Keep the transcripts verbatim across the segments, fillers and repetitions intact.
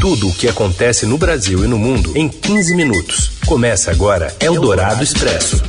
Tudo o que acontece no Brasil e no mundo em quinze minutos. Começa agora Eldorado Expresso.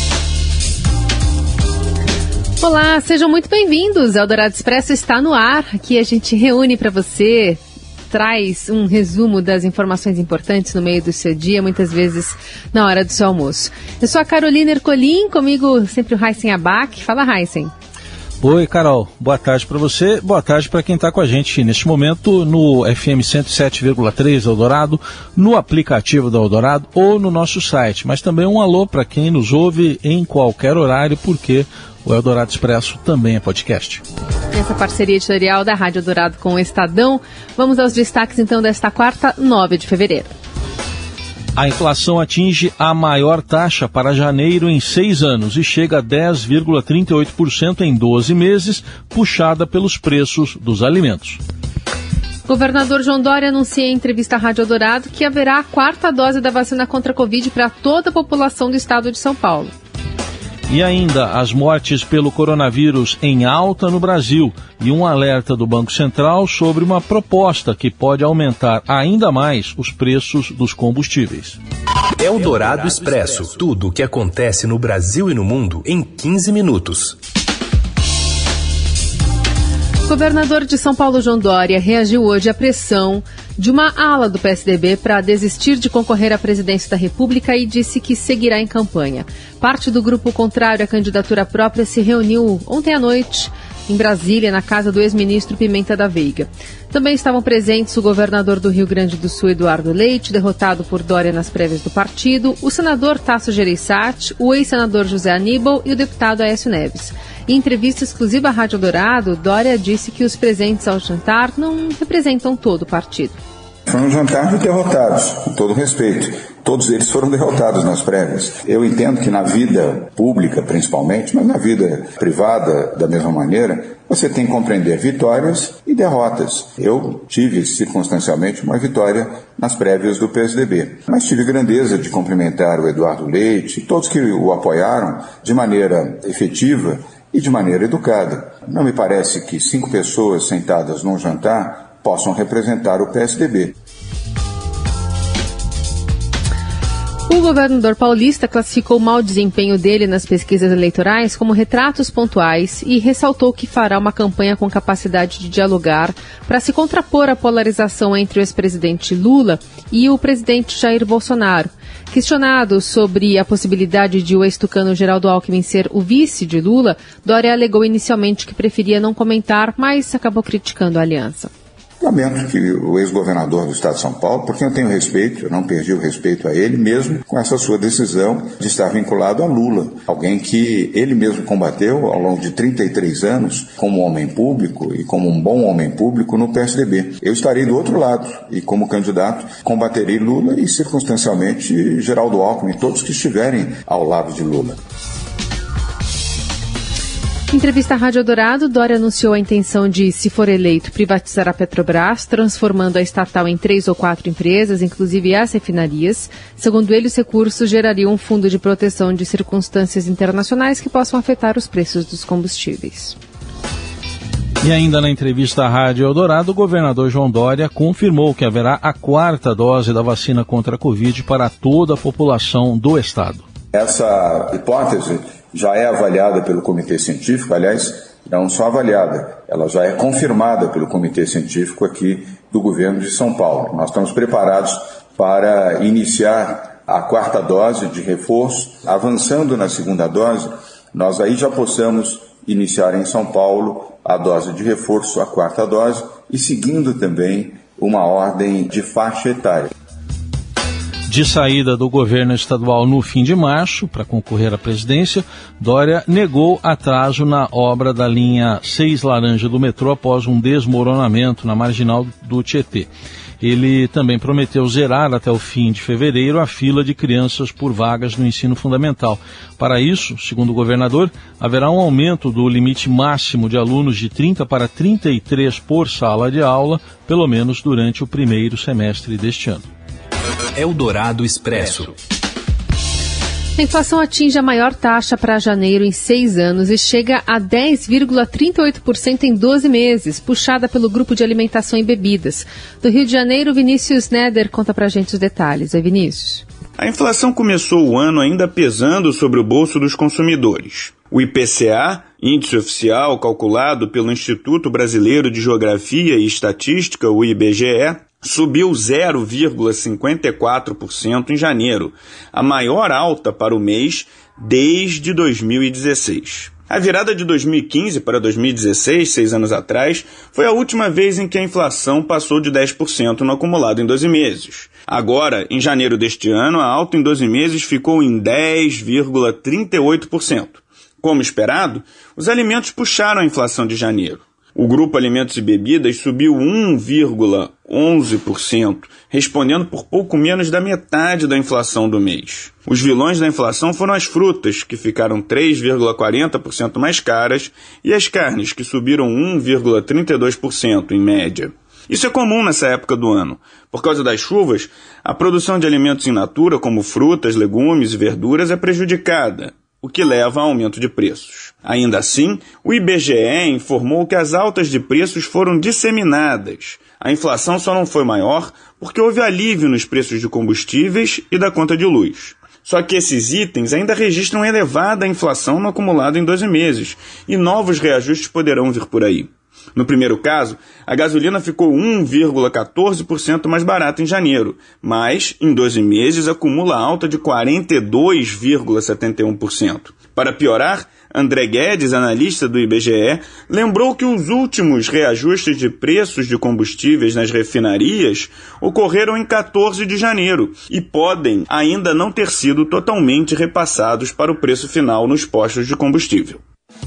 Olá, sejam muito bem-vindos. Eldorado Expresso está no ar. Aqui a gente reúne para você, traz um resumo das informações importantes no meio do seu dia, muitas vezes na hora do seu almoço. Eu sou a Carolina Ercolim, comigo sempre o Raíssen Abac. Fala, Raíssen. Oi, Carol. Boa tarde para você, boa tarde para quem está com a gente neste momento no F M cento e sete vírgula três Eldorado, no aplicativo da Eldorado ou no nosso site. Mas também um alô para quem nos ouve em qualquer horário, porque o Eldorado Expresso também é podcast. Essa parceria editorial da Rádio Eldorado com o Estadão. Vamos aos destaques então desta quarta, nove de fevereiro. A inflação atinge a maior taxa para janeiro em seis anos e chega a dez vírgula trinta e oito por cento em doze meses, puxada pelos preços dos alimentos. Governador João Dória anuncia em entrevista à Rádio Eldorado que haverá a quarta dose da vacina contra a Covid para toda a população do estado de São Paulo. E ainda as mortes pelo coronavírus em alta no Brasil e um alerta do Banco Central sobre uma proposta que pode aumentar ainda mais os preços dos combustíveis. Eldorado Expresso. Tudo o que acontece no Brasil e no mundo em quinze minutos. O governador de São Paulo, João Dória, reagiu hoje à pressão de uma ala do P S D B para desistir de concorrer à presidência da República e disse que seguirá em campanha. Parte do grupo contrário à candidatura própria se reuniu ontem à noite em Brasília, na casa do ex-ministro Pimenta da Veiga. Também estavam presentes o governador do Rio Grande do Sul, Eduardo Leite, derrotado por Dória nas prévias do partido, o senador Tasso Gereissati, o ex-senador José Aníbal e o deputado Aécio Neves. Em entrevista exclusiva à Rádio Eldorado, Dória disse que os presentes ao jantar não representam todo o partido. Foi um jantar de derrotados, com todo respeito. Todos eles foram derrotados nas prévias. Eu entendo que na vida pública, principalmente, mas na vida privada, da mesma maneira, você tem que compreender vitórias e derrotas. Eu tive, circunstancialmente, uma vitória nas prévias do P S D B. Mas tive grandeza de cumprimentar o Eduardo Leite e todos que o apoiaram de maneira efetiva e de maneira educada. Não me parece que cinco pessoas sentadas num jantar possam representar o P S D B. O governador paulista classificou o mau desempenho dele nas pesquisas eleitorais como retratos pontuais e ressaltou que fará uma campanha com capacidade de dialogar para se contrapor à polarização entre o ex-presidente Lula e o presidente Jair Bolsonaro. Questionado sobre a possibilidade de o ex-tucano Geraldo Alckmin ser o vice de Lula, Dória alegou inicialmente que preferia não comentar, mas acabou criticando a aliança. Lamento que o ex-governador do estado de São Paulo, por quem eu tenho respeito, eu não perdi o respeito a ele, mesmo com essa sua decisão de estar vinculado a Lula. Alguém que ele mesmo combateu ao longo de trinta e três anos como homem público e como um bom homem público no P S D B. Eu estarei do outro lado e, como candidato, combaterei Lula e, circunstancialmente, Geraldo Alckmin, todos que estiverem ao lado de Lula. Em entrevista à Rádio Eldorado, Dória anunciou a intenção de, se for eleito, privatizar a Petrobras, transformando a estatal em três ou quatro empresas, inclusive as refinarias. Segundo ele, os recursos gerariam um fundo de proteção de circunstâncias internacionais que possam afetar os preços dos combustíveis. E ainda na entrevista à Rádio Eldorado, o governador João Dória confirmou que haverá a quarta dose da vacina contra a Covid para toda a população do estado. Essa hipótese já é avaliada pelo Comitê Científico, aliás, não só avaliada, ela já é confirmada pelo Comitê Científico aqui do governo de São Paulo. Nós estamos preparados para iniciar a quarta dose de reforço. Avançando na segunda dose, nós aí já possamos iniciar em São Paulo a dose de reforço, a quarta dose, e seguindo também uma ordem de faixa etária. De saída do governo estadual no fim de março para concorrer à presidência, Dória negou atraso na obra da linha seis Laranja do metrô após um desmoronamento na marginal do Tietê. Ele também prometeu zerar até o fim de fevereiro a fila de crianças por vagas no ensino fundamental. Para isso, segundo o governador, haverá um aumento do limite máximo de alunos de trinta para trinta e três por sala de aula, pelo menos durante o primeiro semestre deste ano. Eldorado Expresso. A inflação atinge a maior taxa para janeiro em seis anos e chega a dez vírgula trinta e oito por cento em doze meses, puxada pelo Grupo de Alimentação e Bebidas. Do Rio de Janeiro, Vinícius Neder conta pra gente os detalhes. Oi, Vinícius. A inflação começou o ano ainda pesando sobre o bolso dos consumidores. O I P C A, índice oficial calculado pelo Instituto Brasileiro de Geografia e Estatística, o I B G E, subiu zero vírgula cinquenta e quatro por cento em janeiro, a maior alta para o mês desde dois mil e dezesseis. A virada de dois mil e quinze para dois mil e dezesseis, seis anos atrás, foi a última vez em que a inflação passou de dez por cento no acumulado em doze meses. Agora, em janeiro deste ano, a alta em doze meses ficou em dez vírgula trinta e oito por cento. Como esperado, os alimentos puxaram a inflação de janeiro. O grupo Alimentos e Bebidas subiu um vírgula onze por cento, respondendo por pouco menos da metade da inflação do mês. Os vilões da inflação foram as frutas, que ficaram três vírgula quarenta por cento mais caras, e as carnes, que subiram um vírgula trinta e dois por cento em média. Isso é comum nessa época do ano. Por causa das chuvas, a produção de alimentos in natura, como frutas, legumes e verduras, é prejudicada, o que leva a aumento de preços. Ainda assim, o I B G E informou que as altas de preços foram disseminadas. A inflação só não foi maior porque houve alívio nos preços de combustíveis e da conta de luz. Só que esses itens ainda registram elevada inflação no acumulado em doze meses, e novos reajustes poderão vir por aí. No primeiro caso, a gasolina ficou um vírgula quatorze por cento mais barata em janeiro, mas, em doze meses, acumula alta de quarenta e dois vírgula setenta e um por cento. Para piorar, André Guedes, analista do I B G E, lembrou que os últimos reajustes de preços de combustíveis nas refinarias ocorreram em quatorze de janeiro e podem ainda não ter sido totalmente repassados para o preço final nos postos de combustível.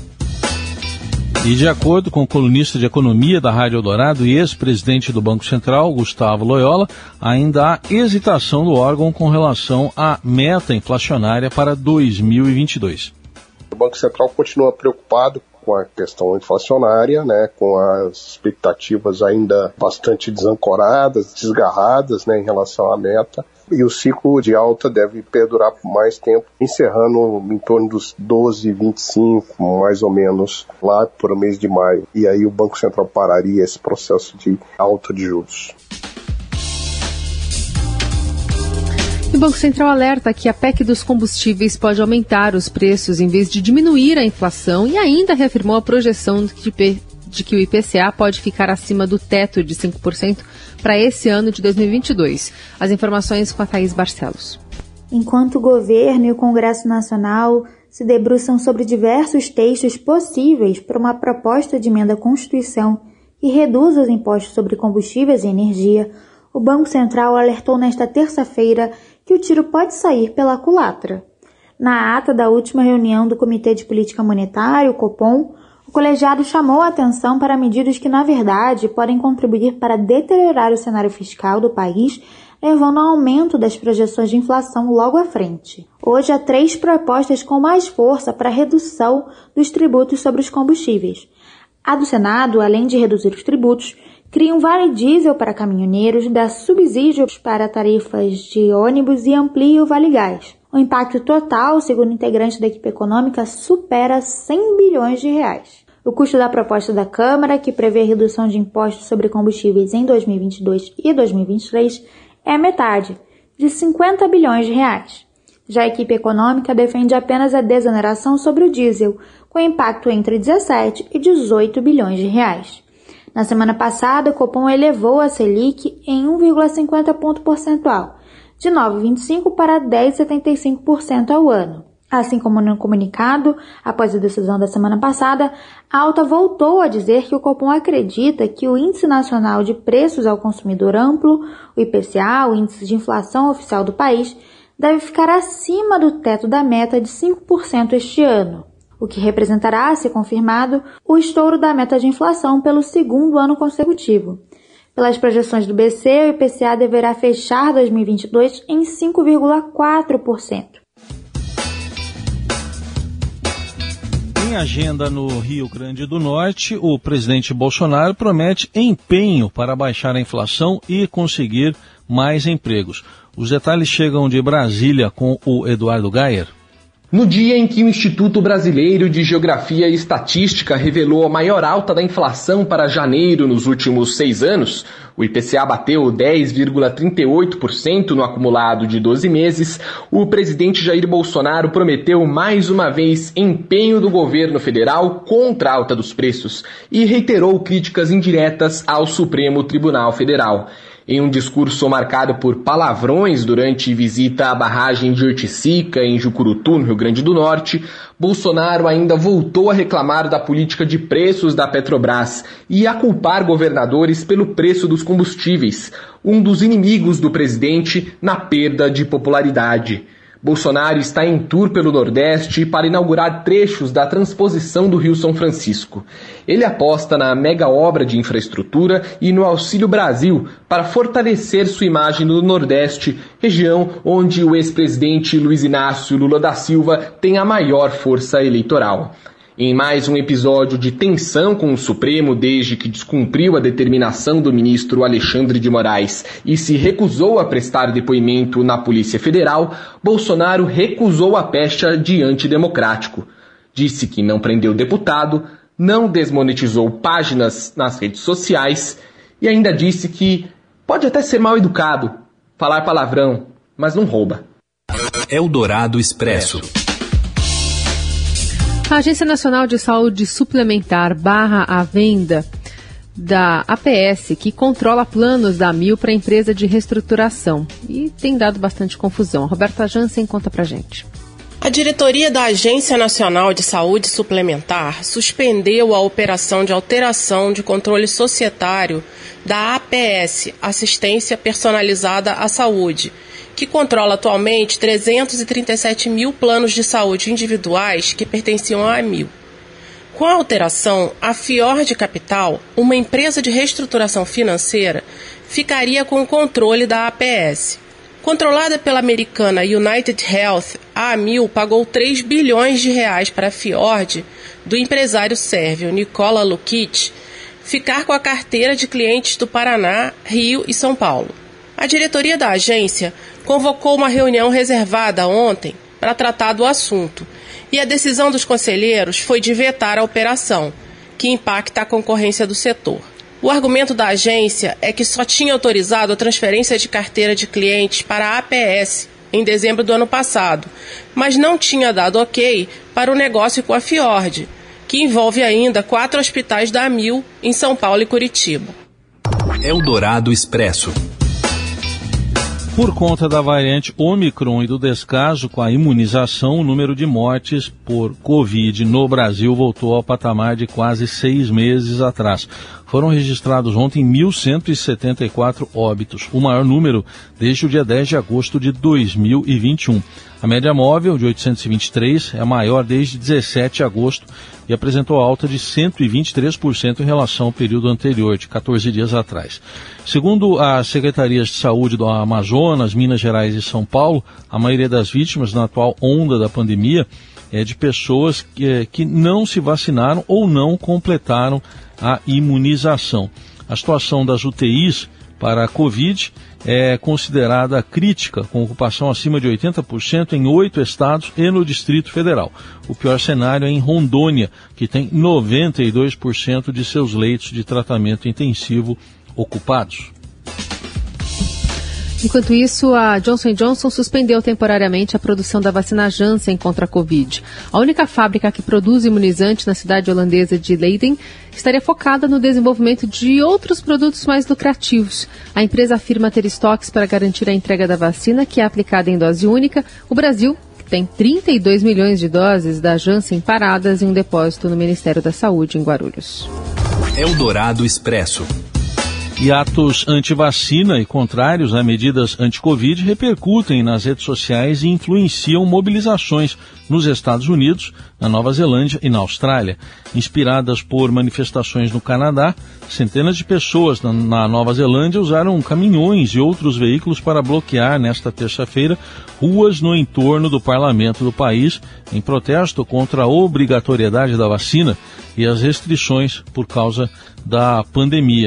E de acordo com o colunista de economia da Rádio Eldorado e ex-presidente do Banco Central, Gustavo Loyola, ainda há hesitação do órgão com relação à meta inflacionária para dois mil e vinte e dois. O Banco Central continua preocupado com a questão inflacionária, né, com as expectativas ainda bastante desancoradas, desgarradas, né, em relação à meta. E o ciclo de alta deve perdurar por mais tempo, encerrando em torno dos doze, vinte e cinco, mais ou menos, lá por o mês de maio. E aí o Banco Central pararia esse processo de alta de juros. O Banco Central alerta que a P E C dos combustíveis pode aumentar os preços em vez de diminuir a inflação e ainda reafirmou a projeção de que de que o I P C A pode ficar acima do teto de cinco por cento para esse ano de dois mil e vinte e dois. As informações com a Thaís Barcelos. Enquanto o governo e o Congresso Nacional se debruçam sobre diversos textos possíveis para uma proposta de emenda à Constituição que reduza os impostos sobre combustíveis e energia, o Banco Central alertou nesta terça-feira que o tiro pode sair pela culatra. Na ata da última reunião do Comitê de Política Monetária, o Copom, o colegiado chamou a atenção para medidas que, na verdade, podem contribuir para deteriorar o cenário fiscal do país, levando ao aumento das projeções de inflação logo à frente. Hoje há três propostas com mais força para a redução dos tributos sobre os combustíveis. A do Senado, além de reduzir os tributos, cria um vale diesel para caminhoneiros, dá subsídios para tarifas de ônibus e amplia o vale gás. O impacto total, segundo integrantes da equipe econômica, supera cem bilhões de reais. O custo da proposta da Câmara, que prevê redução de impostos sobre combustíveis em dois mil e vinte e dois e dois mil e vinte e três, é a metade, de cinquenta bilhões de reais. Já a equipe econômica defende apenas a desoneração sobre o diesel, com impacto entre dezessete e dezoito bilhões de reais. Na semana passada, o Copom elevou a Selic em um vírgula cinquenta ponto percentual, de nove vírgula vinte e cinco por cento para dez vírgula setenta e cinco por cento ao ano. Assim como no comunicado, após a decisão da semana passada, a alta voltou a dizer que o Copom acredita que o Índice Nacional de Preços ao Consumidor Amplo, o I P C A, o Índice de Inflação Oficial do país, deve ficar acima do teto da meta de cinco por cento este ano, o que representará, se confirmado, o estouro da meta de inflação pelo segundo ano consecutivo. Pelas projeções do B C, o I P C A deverá fechar dois mil e vinte e dois em cinco vírgula quatro por cento. Em agenda no Rio Grande do Norte, o presidente Bolsonaro promete empenho para baixar a inflação e conseguir mais empregos. Os detalhes chegam de Brasília com o Eduardo Gayer. No dia em que o Instituto Brasileiro de Geografia e Estatística revelou a maior alta da inflação para janeiro nos últimos seis anos, o I P C A bateu dez vírgula trinta e oito por cento no acumulado de doze meses, o presidente Jair Bolsonaro prometeu mais uma vez empenho do governo federal contra a alta dos preços e reiterou críticas indiretas ao Supremo Tribunal Federal. Em um discurso marcado por palavrões durante visita à barragem de Orticica, em Jucurutu, no Rio Grande do Norte, Bolsonaro ainda voltou a reclamar da política de preços da Petrobras e a culpar governadores pelo preço dos combustíveis, um dos inimigos do presidente na perda de popularidade. Bolsonaro está em tour pelo Nordeste para inaugurar trechos da transposição do Rio São Francisco. Ele aposta na mega obra de infraestrutura e no Auxílio Brasil para fortalecer sua imagem no Nordeste, região onde o ex-presidente Luiz Inácio Lula da Silva tem a maior força eleitoral. Em mais um episódio de tensão com o Supremo desde que descumpriu a determinação do ministro Alexandre de Moraes e se recusou a prestar depoimento na Polícia Federal, Bolsonaro recusou a pecha de antidemocrático. Disse que não prendeu deputado, não desmonetizou páginas nas redes sociais e ainda disse que pode até ser mal educado, falar palavrão, mas não rouba. Eldorado Expresso. A Agência Nacional de Saúde Suplementar barra a venda da A P S, que controla planos da Amil para a empresa de reestruturação. E tem dado bastante confusão. Roberta Jansen conta pra gente. A diretoria da Agência Nacional de Saúde Suplementar suspendeu a operação de alteração de controle societário da A P S, Assistência Personalizada à Saúde, que controla atualmente trezentos e trinta e sete mil planos de saúde individuais que pertenciam à Amil. Com a alteração, a Fiord Capital, uma empresa de reestruturação financeira, ficaria com o controle da A P S. Controlada pela americana United Health, a Amil pagou três bilhões de reais para a Fiord, do empresário sérvio Nikola Lukic, ficar com a carteira de clientes do Paraná, Rio e São Paulo. A diretoria da agência convocou uma reunião reservada ontem para tratar do assunto, e a decisão dos conselheiros foi de vetar a operação, que impacta a concorrência do setor. O argumento da agência é que só tinha autorizado a transferência de carteira de clientes para a A P S em dezembro do ano passado, mas não tinha dado ok para o negócio com a Fiord, que envolve ainda quatro hospitais da Amil em São Paulo e Curitiba. Eldorado Expresso. Por conta da variante Ômicron e do descaso com a imunização, o número de mortes por Covid no Brasil voltou ao patamar de quase seis meses atrás. Foram registrados ontem mil cento e setenta e quatro óbitos, o maior número desde o dia dez de agosto de dois mil e vinte e um. A média móvel de oitocentos e vinte e três é a maior desde dezessete de agosto e apresentou alta de cento e vinte e três por cento em relação ao período anterior, de quatorze dias atrás. Segundo as secretarias de saúde do Amazonas, Minas Gerais e São Paulo, a maioria das vítimas na atual onda da pandemia é de pessoas que, que não se vacinaram ou não completaram a imunização. A situação das U T Is para a Covid é considerada crítica, com ocupação acima de oitenta por cento em oito estados e no Distrito Federal. O pior cenário é em Rondônia, que tem noventa e dois por cento de seus leitos de tratamento intensivo ocupados. Enquanto isso, a Johnson and Johnson suspendeu temporariamente a produção da vacina Janssen contra a Covid. A única fábrica que produz imunizante na cidade holandesa de Leiden estaria focada no desenvolvimento de outros produtos mais lucrativos. A empresa afirma ter estoques para garantir a entrega da vacina, que é aplicada em dose única. O Brasil tem trinta e dois milhões de doses da Janssen paradas em um depósito no Ministério da Saúde, em Guarulhos. Eldorado Expresso. E atos anti-vacina e contrários a medidas anti-Covid repercutem nas redes sociais e influenciam mobilizações nos Estados Unidos, na Nova Zelândia e na Austrália. Inspiradas por manifestações no Canadá, centenas de pessoas na, na Nova Zelândia usaram caminhões e outros veículos para bloquear, nesta terça-feira, ruas no entorno do parlamento do país, em protesto contra a obrigatoriedade da vacina e as restrições por causa da pandemia.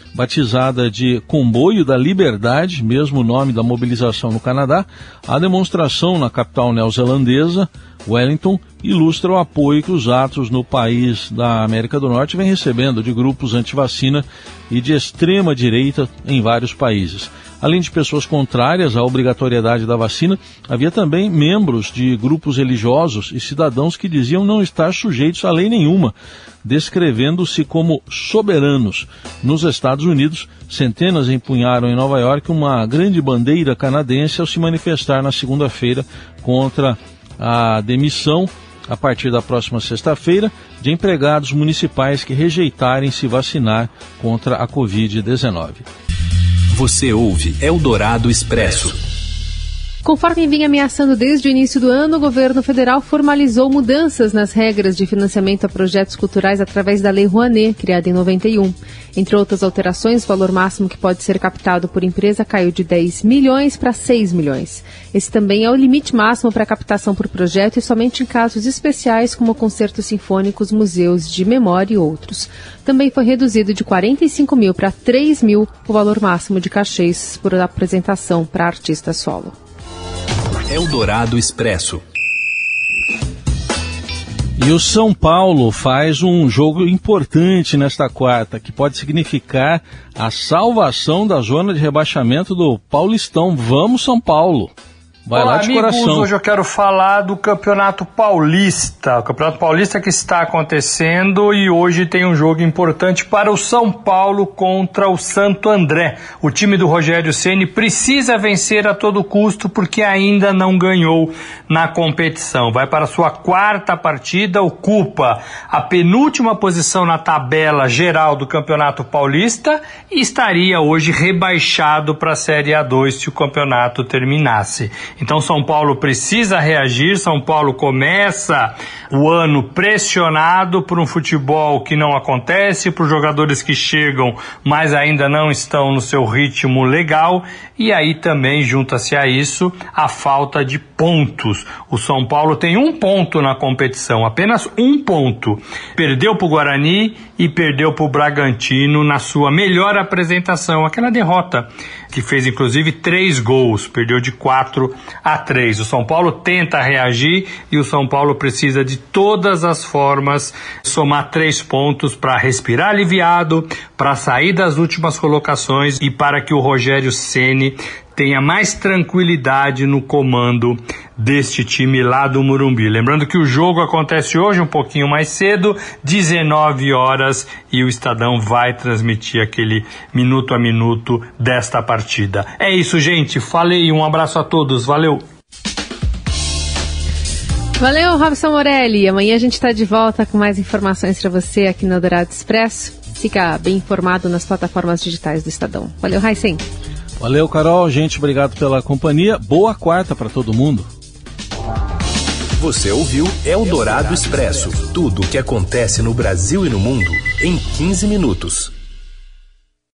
Batizada de Comboio da Liberdade, mesmo nome da mobilização no Canadá, a demonstração na capital neozelandesa, Wellington, ilustra o apoio que os atos no país da América do Norte vêm recebendo de grupos anti-vacina e de extrema-direita em vários países. Além de pessoas contrárias à obrigatoriedade da vacina, havia também membros de grupos religiosos e cidadãos que diziam não estar sujeitos a lei nenhuma, descrevendo-se como soberanos. Nos Estados Unidos, centenas empunharam em Nova York uma grande bandeira canadense ao se manifestar na segunda-feira contra a demissão, a partir da próxima sexta-feira, de empregados municipais que rejeitarem se vacinar contra a covid dezenove. Você ouve Eldorado Expresso. Conforme vinha ameaçando desde o início do ano, o governo federal formalizou mudanças nas regras de financiamento a projetos culturais através da Lei Rouanet, criada em noventa e um. Entre outras alterações, o valor máximo que pode ser captado por empresa caiu de dez milhões para seis milhões. Esse também é o limite máximo para captação por projeto e somente em casos especiais como concertos sinfônicos, museus de memória e outros. Também foi reduzido de quarenta e cinco mil para três mil o valor máximo de cachês por apresentação para artista solo. Eldorado Expresso. E o São Paulo faz um jogo importante nesta quarta, que pode significar a salvação da zona de rebaixamento do Paulistão. Vamos, São Paulo! Vai Olá, lá de amigos, coração. Hoje eu quero falar do Campeonato Paulista. O Campeonato Paulista que está acontecendo e hoje tem um jogo importante para o São Paulo contra o Santo André. O time do Rogério Ceni precisa vencer a todo custo porque ainda não ganhou na competição. Vai para a sua quarta partida, ocupa a penúltima posição na tabela geral do Campeonato Paulista e estaria hoje rebaixado para a Série A dois se o campeonato terminasse. Então São Paulo precisa reagir, São Paulo começa o ano pressionado por um futebol que não acontece, por jogadores que chegam, mas ainda não estão no seu ritmo legal, e aí também junta-se a isso a falta de pontos. O São Paulo tem um ponto na competição, apenas um ponto. Perdeu para o Guarani e perdeu para o Bragantino na sua melhor apresentação, aquela derrota que fez inclusive três gols, perdeu de quatro a três. O São Paulo tenta reagir e o São Paulo precisa de todas as formas somar três pontos para respirar aliviado, para sair das últimas colocações e para que o Rogério Ceni tenha mais tranquilidade no comando deste time lá do Morumbi. Lembrando que o jogo acontece hoje um pouquinho mais cedo, dezenove horas, e o Estadão vai transmitir aquele minuto a minuto desta partida. É isso, gente. Falei, um abraço a todos. Valeu! Valeu, Robson Morelli. Amanhã a gente está de volta com mais informações para você aqui no Eldorado Expresso. Fica bem informado nas plataformas digitais do Estadão. Valeu, Raicen. Valeu, Carol. Gente, obrigado pela companhia. Boa quarta para todo mundo. Você ouviu Eldorado Expresso. Tudo o que acontece no Brasil e no mundo em quinze minutos.